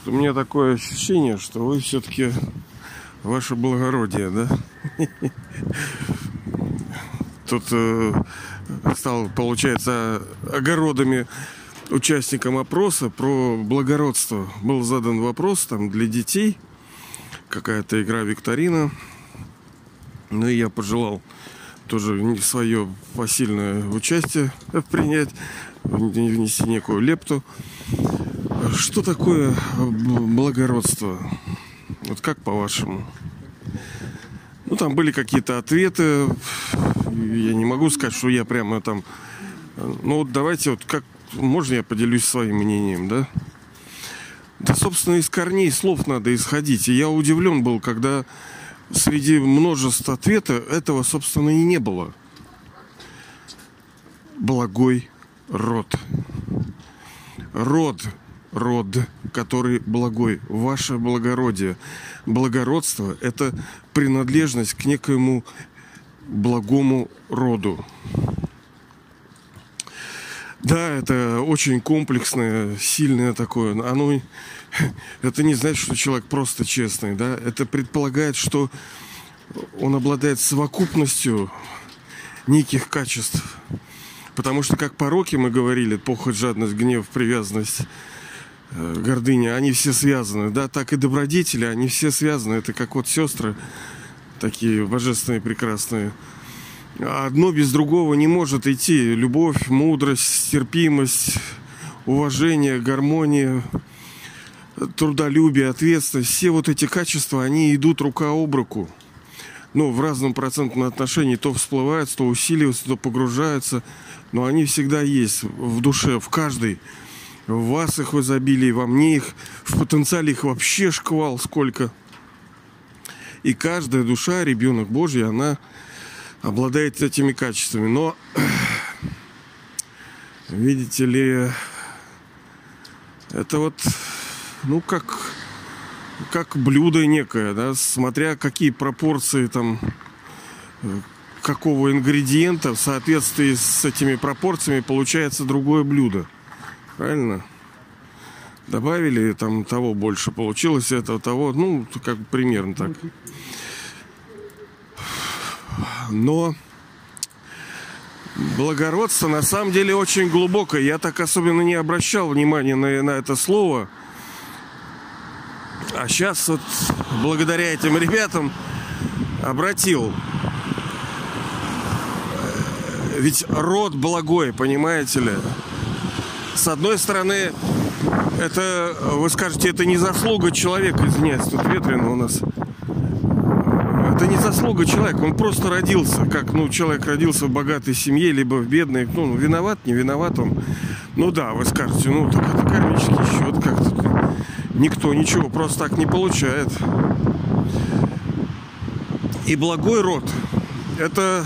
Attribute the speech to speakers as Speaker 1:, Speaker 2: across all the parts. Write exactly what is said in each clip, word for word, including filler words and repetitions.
Speaker 1: У меня такое ощущение, что вы все-таки ваше благородие, да? Тут э, стал, получается, огородами участникам опроса про благородство. Был задан вопрос там для детей, какая-то игра-викторина. Ну и я пожелал тоже свое посильное участие принять, внести некую лепту. Что такое благородство? Вот как по-вашему? Ну, там были какие-то ответы. Я не могу сказать, что я прямо там... Ну, вот давайте вот как... Можно я поделюсь своим мнением, да? Да, собственно, из корней слов надо исходить. И я удивлен был, когда среди множества ответов этого, собственно, и не было. Благой род. Род. Род, который благой. Ваше благородие. Благородство – это принадлежность к некоему благому роду. Да, это очень комплексное, сильное такое. Оно, это не значит, что человек просто честный, да. Это предполагает, что он обладает совокупностью неких качеств. Потому что, как пороки мы говорили, похоть, жадность, гнев, привязанность, гордыня, они все связаны, да, так и добродетели, они все связаны. Это как вот сестры, такие божественные, прекрасные. Одно без другого не может идти. Любовь, мудрость, терпимость, уважение, гармония, трудолюбие, ответственность. Все вот эти качества, они идут рука об руку. Ну, в разном процентном отношении то всплываются, то усиливаются, то погружаются. Но они всегда есть в душе, в каждой. В вас их в изобилии, во мне их, в потенциале их вообще шквал сколько. И каждая душа, ребенок Божий, она обладает этими качествами. Но, видите ли, это вот, ну, как, как блюдо некое, да, смотря какие пропорции там, какого ингредиента, в соответствии с этими пропорциями получается другое блюдо. Правильно? Добавили там того больше, получилось этого, того, ну, как бы примерно так. Но благородство на самом деле очень глубокое. Я так особенно не обращал внимания на, на это слово. А сейчас вот благодаря этим ребятам обратил. Ведь род благой, понимаете ли? С одной стороны, это, вы скажете, это не заслуга человека. Извиняюсь, тут ветрено у нас. Это не заслуга человека, он просто родился. Как, ну, человек родился в богатой семье, либо в бедной. Ну, виноват, не виноват он. Ну да, вы скажете, ну, так это кармический счет как-то. Никто ничего просто так не получает. И благой род – это...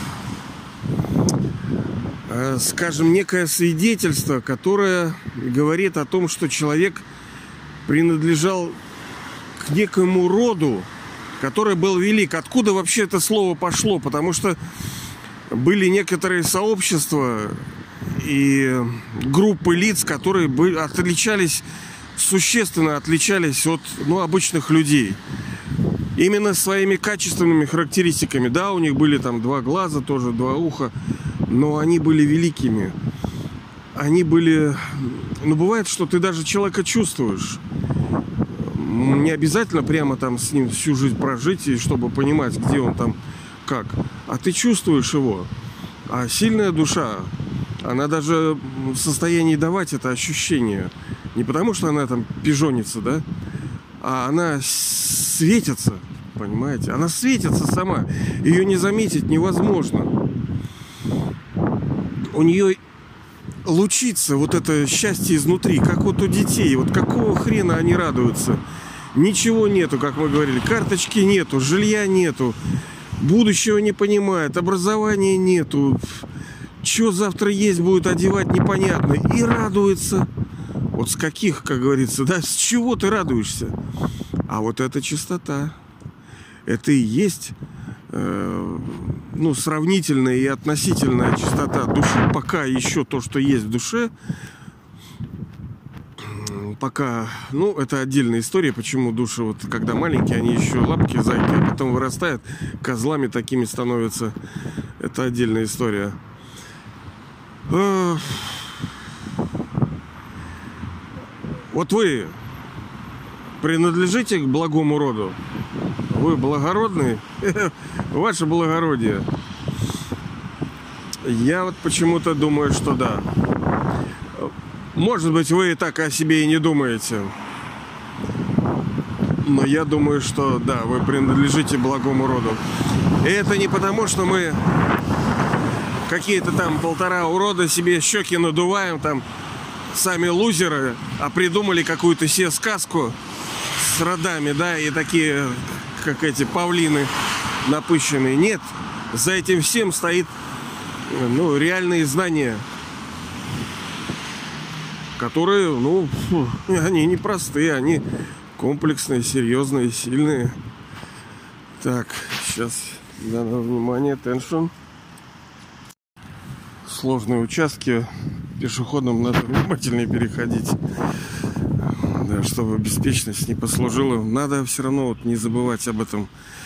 Speaker 1: скажем, некое свидетельство, которое говорит о том, что человек принадлежал к некоему роду, который был велик. Откуда вообще это слово пошло? Потому что были некоторые сообщества и группы лиц, которые были, отличались, существенно отличались от, ну, обычных людей. Именно своими качественными характеристиками. Да, у них были там два глаза, тоже два уха. Но они были великими. Они были... Ну, бывает, что ты даже человека чувствуешь. Не обязательно прямо там с ним всю жизнь прожить, и чтобы понимать, где он там, как. А ты чувствуешь его. А сильная душа, она даже в состоянии давать это ощущение. Не потому, что она там пижонится, да? А она светится, понимаете? Она светится сама. Ее не заметить невозможно. У нее лучится вот это счастье изнутри, как вот у детей. Вот какого хрена они радуются? Ничего нету, как мы говорили. Карточки нету, жилья нету, будущего не понимают, образования нету. Что завтра есть будет одевать, непонятно. И радуется. Вот с каких, как говорится, да? С чего ты радуешься? А вот эта чистота. Это и есть... ну, сравнительная и относительная чистота души, пока еще то, что есть в душе, пока, ну, это отдельная история, почему души, вот когда маленькие, они еще лапки, зайки, а потом вырастают, козлами такими становятся. Это отдельная история. Вот вы принадлежите к благому роду? Вы благородный? Ваше благородие. Я вот почему-то думаю, что да. Может быть, вы так о себе и не думаете. Но я думаю, что да, вы принадлежите благому роду. И это не потому, что мы какие-то там полтора урода себе щеки надуваем, там сами лузеры, а придумали какую-то себе сказку с родами, да, и такие, как эти павлины напыщенные. Нет, за этим всем стоит, ну, реальные знания, которые, ну, они непростые, они комплексные, серьезные, сильные. Так, сейчас, да, внимание, attention. Сложные участки, пешеходам надо внимательнее переходить, да, чтобы беспечность не послужила. Надо все равно вот не забывать об этом.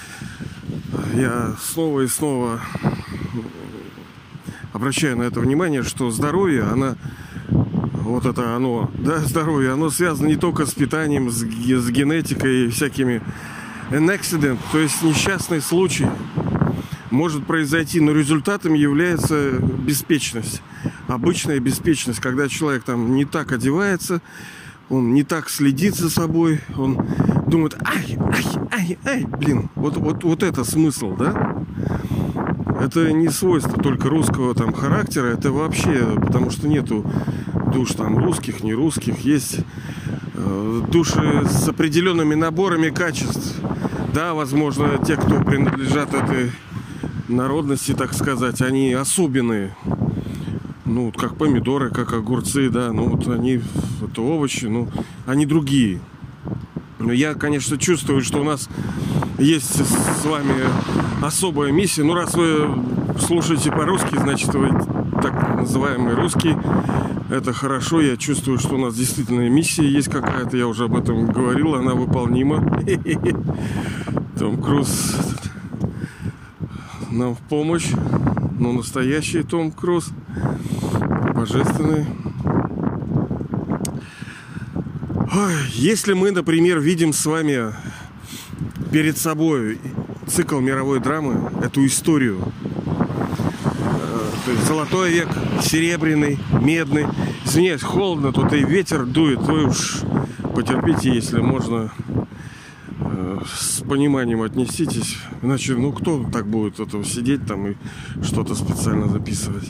Speaker 1: Я снова и снова обращаю на это внимание, что здоровье, она, вот это оно, да, здоровье, оно связано не только с питанием, с, с генетикой и всякими an accident, то есть несчастный случай может произойти, но результатом является беспечность. Обычная беспечность, когда человек там не так одевается, он не так следит за собой, он думает, ай, ай, ай, ай, блин, вот, вот, вот это смысл, да? Это не свойство только русского там характера, это вообще, потому что нету душ там русских, не русских, есть э, души с определенными наборами качеств. Да, возможно, те, кто принадлежат этой народности, так сказать, они особенные. Ну, как помидоры, как огурцы, да, ну, вот они, это овощи, ну, они другие. Но я, конечно, чувствую, что у нас есть с вами особая миссия. Ну, раз вы слушаете по-русски, значит, вы так называемый русский. Это хорошо, я чувствую, что у нас действительно миссия есть какая-то. Я уже об этом говорил, она выполнима. Том Круз нам в помощь. Но настоящий Том Круз, божественный. Ой, если мы, например, видим с вами перед собой цикл мировой драмы, эту историю, то есть золотой век, серебряный, медный. Извиняюсь, холодно, тут и ветер дует. Вы уж потерпите, если можно, с пониманием отнеситесь. Иначе, ну, кто так будет это сидеть там и что-то специально записывать?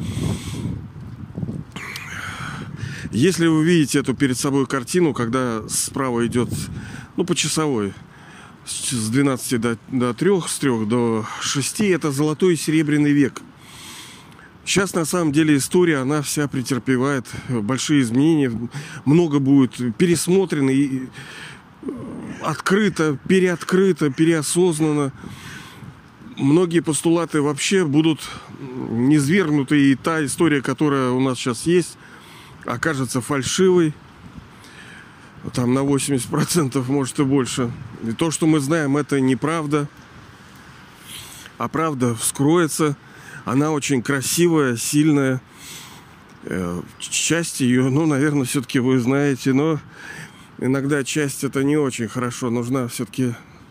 Speaker 1: Если вы видите эту перед собой картину, когда справа идет, ну, по часовой, с двенадцати до, до трёх, с трёх до шести, это золотой и серебряный век. Сейчас, на самом деле, история, она вся претерпевает большие изменения. Много будет пересмотрено, и открыто, переоткрыто, переосознанно. Многие постулаты вообще будут низвергнуты, и та история, которая у нас сейчас есть, окажется фальшивой. Там на восемьдесят процентов, может и больше. И то, что мы знаем, это неправда. А правда вскроется. Она очень красивая, сильная. Часть ее, ну, наверное, все-таки вы знаете, но иногда часть это не очень хорошо. Нужна все-таки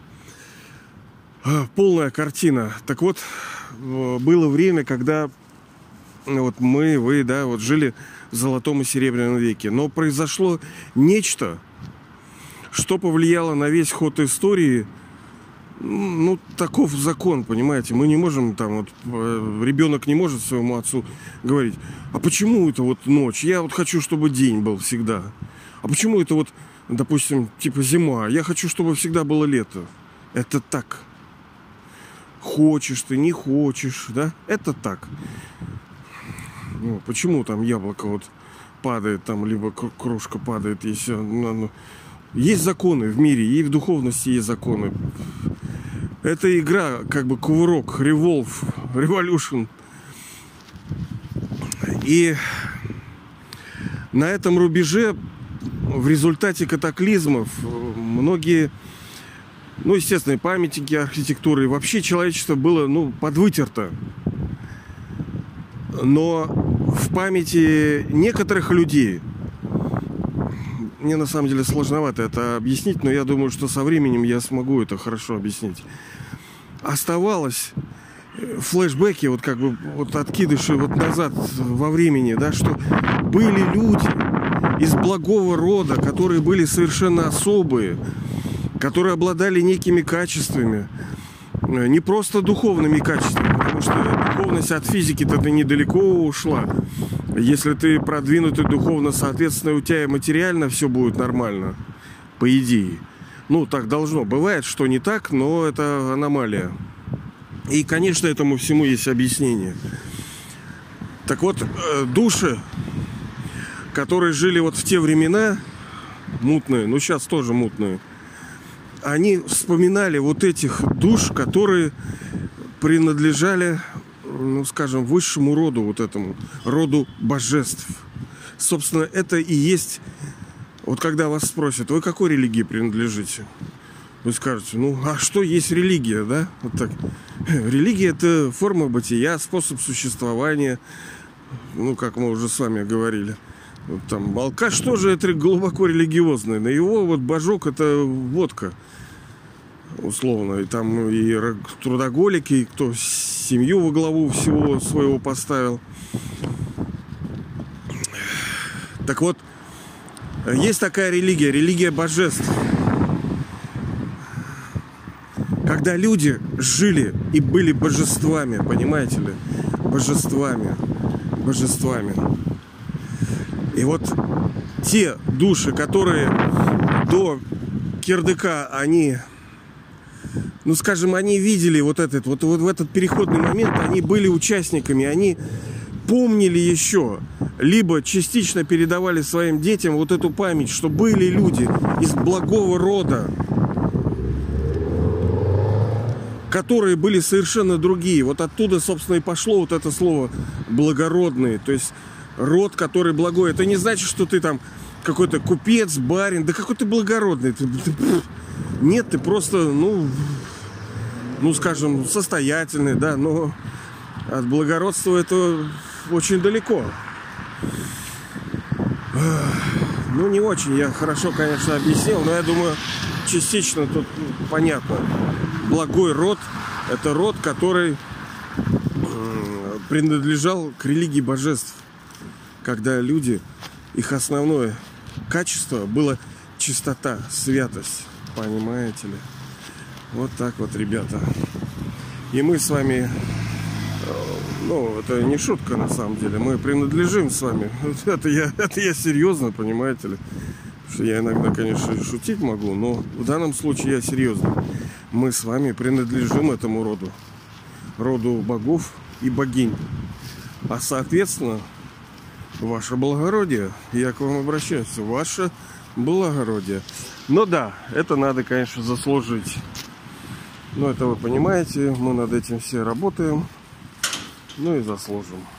Speaker 1: полная картина. Так вот, было время, когда вот мы, вы, да, вот жили в золотом и серебряном веке. Но произошло нечто, что повлияло на весь ход истории. Ну, таков закон, понимаете. Мы не можем там, вот, ребенок не может своему отцу говорить, а почему это вот ночь? Я вот хочу, чтобы день был всегда. А почему это вот, допустим, типа зима? Я хочу, чтобы всегда было лето. Это так. Хочешь ты, не хочешь, да? Это так. Ну, почему там яблоко вот падает, там, либо кружка падает, если... Ну, есть законы в мире, и в духовности есть законы. Это игра, как бы кувырок, револв, революшн. И на этом рубеже в результате катаклизмов многие, ну, естественно, памятники архитектуры, и вообще человечество было, ну, подвытерто. Но в памяти некоторых людей, мне на самом деле сложновато это объяснить, но я думаю, что со временем я смогу это хорошо объяснить, оставалось флешбеки, вот как бы вот откидыши вот назад во времени, да, что были люди из благого рода, которые были совершенно особые, которые обладали некими качествами, не просто духовными качествами, потому что духовность от физики-то ты недалеко ушла. Если ты продвинутый духовно, соответственно, у тебя и материально все будет нормально, по идее. Ну, так должно. Бывает, что не так, но это аномалия. И, конечно, этому всему есть объяснение. Так вот, души, которые жили вот в те времена, мутные, ну сейчас тоже мутные, они вспоминали вот этих душ, которые принадлежали, ну, скажем, высшему роду, вот этому роду божеств. Собственно, это и есть, вот когда вас спросят, вы какой религии принадлежите? Вы скажете, ну, а что есть религия, да? Вот так. Религия – это форма бытия, способ существования, ну, как мы уже с вами говорили. Вот там алкаш тоже это глубоко религиозный, на его вот божок – это водка, условно. И там и трудоголики, и кто семью во главу всего своего поставил. Так вот, есть такая религия, религия божеств. Когда люди жили и были божествами, понимаете ли? Божествами. Божествами. И вот те души, которые до кирдыка, они, ну, скажем, они видели вот этот, вот, вот в этот переходный момент, они были участниками, они помнили еще, либо частично передавали своим детям вот эту память, что были люди из благого рода, которые были совершенно другие. Вот оттуда, собственно, и пошло вот это слово «благородные». То есть род, который благой. Это не значит, что ты там какой-то купец, барин. Да какой ты благородный. Ты, ты, нет, ты просто, ну, ну, скажем, состоятельный, да, но от благородства это очень далеко. Ну, не очень я хорошо, конечно, объяснил, но я думаю, частично тут понятно. Благой род – это род, который принадлежал к религии божеств, когда люди, их основное качество было чистота, святость, понимаете ли? Вот так вот, ребята. И мы с вами, ну, это не шутка на самом деле, мы принадлежим с вами. Это я, это я серьезно, понимаете ли? Потому что я иногда, конечно, шутить могу, но в данном случае я серьезно. Мы с вами принадлежим этому роду, роду богов и богинь. А соответственно, ваше благородие, я к вам обращаюсь, ваше благородие. Но да, это надо, конечно, заслужить. Но это вы понимаете, мы над этим все работаем, ну и заслужим.